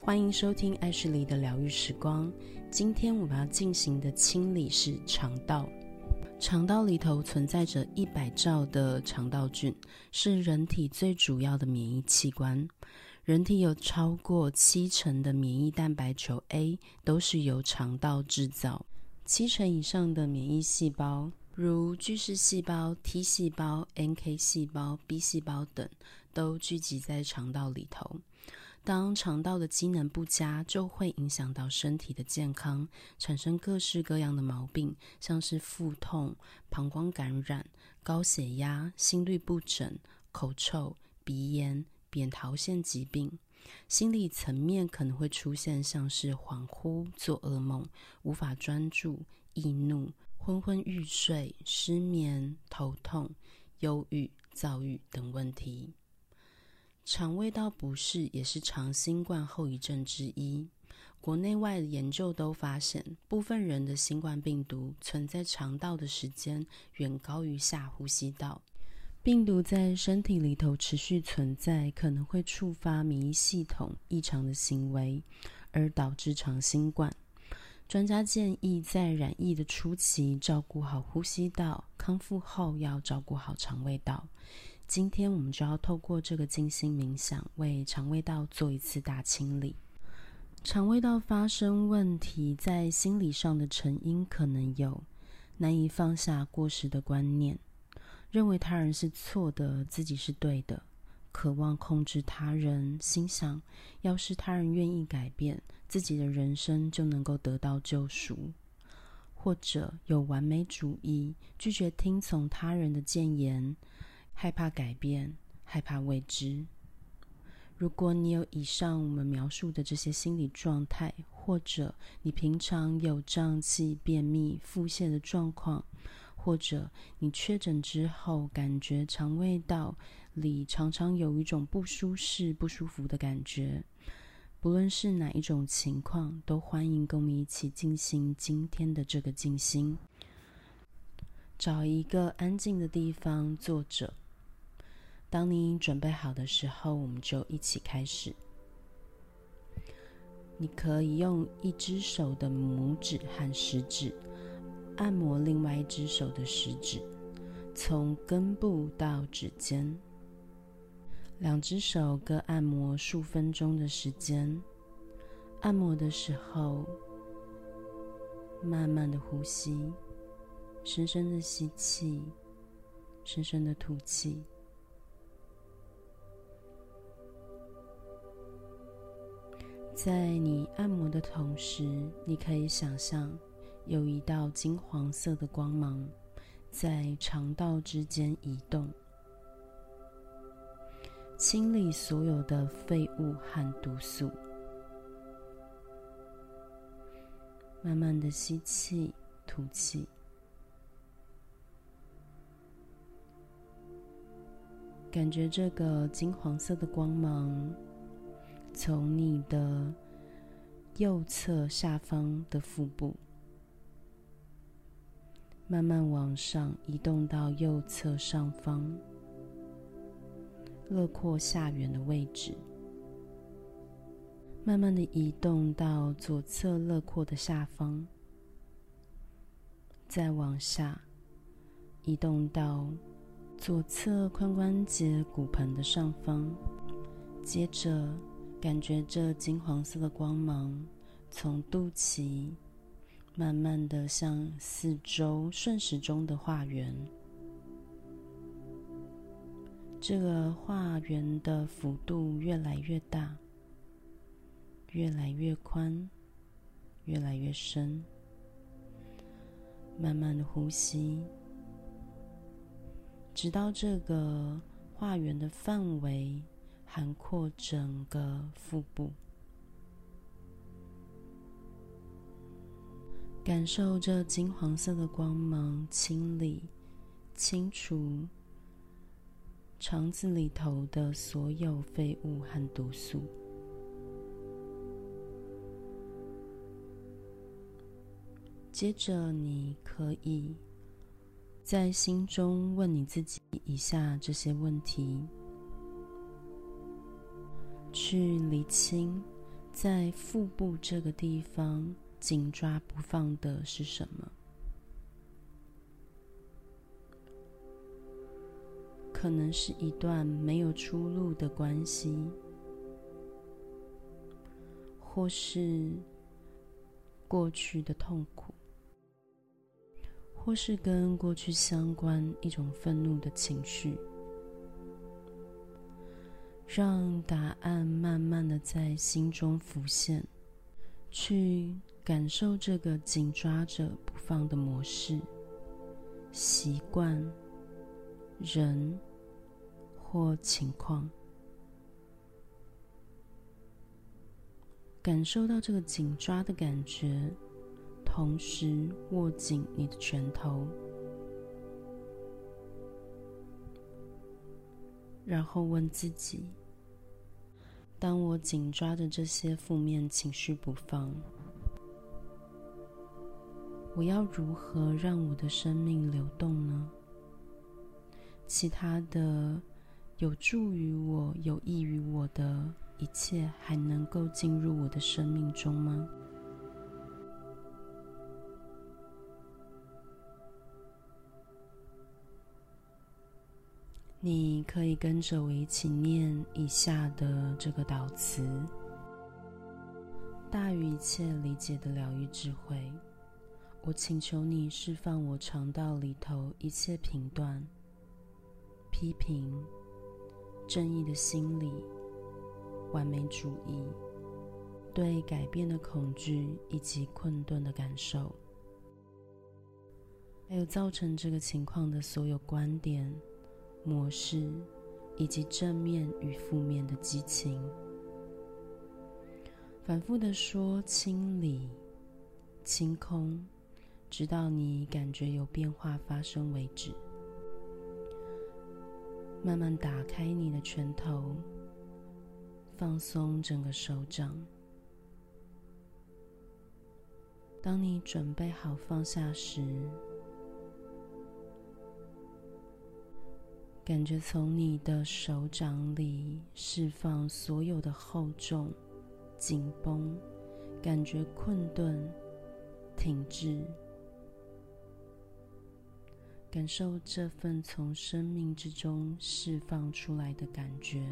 欢迎收听爱旭黎的疗愈时光。今天我们要进行的清理是肠道。肠道里头存在着100兆的肠道菌，是人体最主要的免疫器官。人体有超过70%的免疫蛋白球 A 都是由肠道制造。70%以上的免疫细胞，如巨噬细胞、T 细胞、NK 细胞、B 细胞等，都聚集在肠道里头。当肠道的机能不佳，就会影响到身体的健康，产生各式各样的毛病，像是腹痛、膀胱感染、高血压、心律不整、口臭、鼻炎、扁桃腺疾病。心理层面可能会出现像是恍惚、做噩梦、无法专注、易怒、昏昏欲睡、失眠、头痛、忧郁、躁郁等问题。肠胃道不适也是长新冠后遗症之一。国内外的研究都发现，部分人的新冠病毒存在肠道的时间远高于下呼吸道。病毒在身体里头持续存在，可能会触发免疫系统异常的行为，而导致长新冠。专家建议在染疫的初期照顾好呼吸道，康复后要照顾好肠胃道。今天我们就要透过这个静心冥想，为肠胃道做一次大清理。肠胃道发生问题，在心理上的成因可能有难以放下过时的观念，认为他人是错的，自己是对的，渴望控制他人，心想要是他人愿意改变，自己的人生就能够得到救赎。或者有完美主义，拒绝听从他人的谏言，害怕改变，害怕未知。如果你有以上我们描述的这些心理状态，或者你平常有胀气、便秘、腹泻的状况，或者你确诊之后感觉肠胃道里常常有一种不舒适、不舒服的感觉，不论是哪一种情况，都欢迎跟我们一起进行今天的这个静心。找一个安静的地方坐着。当你准备好的时候，我们就一起开始。你可以用一只手的拇指和食指按摩另外一只手的食指，从根部到指尖。2只手各按摩数分钟的时间。按摩的时候，慢慢的呼吸，深深的吸气，深深的吐气。在你按摩的同时，你可以想象有一道金黄色的光芒在肠道之间移动，清理所有的废物和毒素。慢慢的吸气，吐气。感觉这个金黄色的光芒从你的右侧下方的腹部慢慢往上移动到右侧上方肋廓下缘的位置，慢慢的移动到左侧肋廓的下方，再往下移动到左侧髋关节骨盆的上方。接着感觉这金黄色的光芒从肚脐慢慢的向四周顺时钟的画圆，这个画圆的幅度越来越大，越来越宽，越来越深。慢慢的呼吸，直到这个画圆的范围涵括整个腹部。感受这金黄色的光芒清理、清除肠子里头的所有废物和毒素。接着你可以在心中问你自己以下这些问题，去厘清在腹部这个地方紧抓不放的是什么？可能是一段没有出路的关系，或是过去的痛苦，或是跟过去相关一种愤怒的情绪。让答案慢慢的在心中浮现，去感受这个紧抓着不放的模式、习惯、人或情况。感受到这个紧抓的感觉，同时握紧你的拳头，然后问自己，当我紧抓着这些负面情绪不放，我要如何让我的生命流动呢？其他的有助于我、有益于我的一切还能够进入我的生命中吗？你可以跟着我一起念以下的这个祷词：大于一切理解的疗愈智慧，我请求你释放我肠道里头一切评断、批评、正义的心理、完美主义、对改变的恐惧以及困顿的感受，还有造成这个情况的所有观点、模式以及正面与负面的激情。反复地说清理、清空，直到你感觉有变化发生为止。慢慢打开你的拳头，放松整个手掌。当你准备好放下时，感觉从你的手掌里释放所有的厚重、紧绷，感觉困顿、停滞。感受这份从生命之中释放出来的感觉，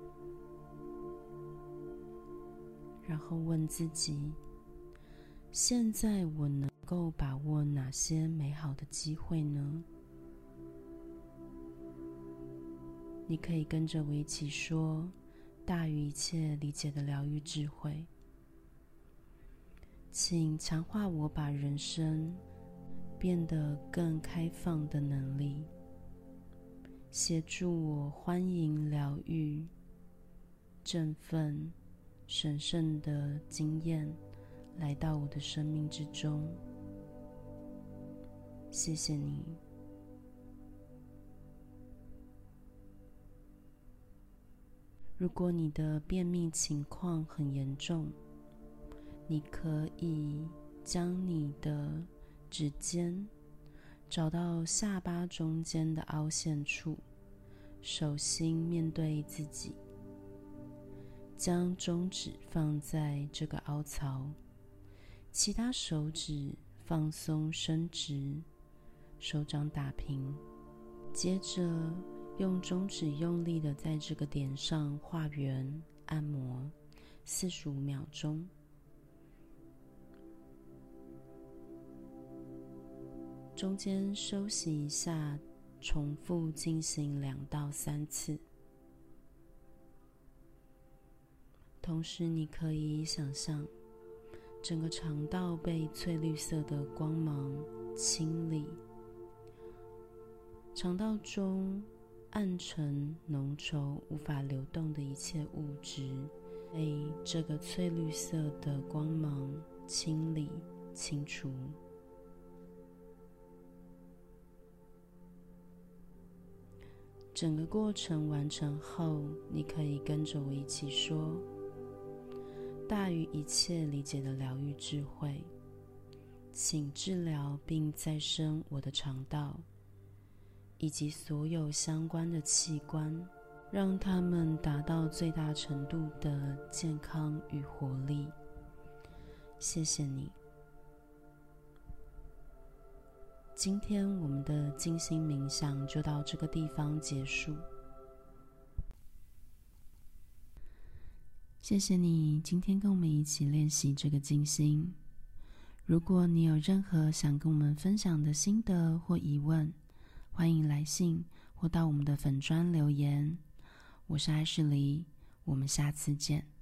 然后问自己，现在我能够把握哪些美好的机会呢？你可以跟着我一起说，大于一切理解的疗愈智慧，请强化我把人生变得更开放的能力，协助我欢迎疗愈、振奋、神圣的经验来到我的生命之中。谢谢你。如果你的便秘情况很严重，你可以将你的指尖找到下巴中间的凹陷处，手心面对自己，将中指放在这个凹槽，其他手指放松伸直，手掌打平，接着用中指用力的在这个点上画圆按摩45秒钟。中间休息一下，重复进行2到3次。同时你可以想象整个肠道被翠绿色的光芒清理，肠道中暗沉浓稠无法流动的一切物质被这个翠绿色的光芒清理清除。整个过程完成后，你可以跟着我一起说，大于一切理解的疗愈智慧，请治疗并再生我的肠道以及所有相关的器官， 让它们达到最大程度的健康与活力。谢谢你。今天我们的静心冥想就到这个地方结束。谢谢你今天跟我们一起练习这个静心。如果你有任何想跟我们分享的心得或疑问，欢迎来信或到我们的粉专留言。我是艾士黎，我们下次见。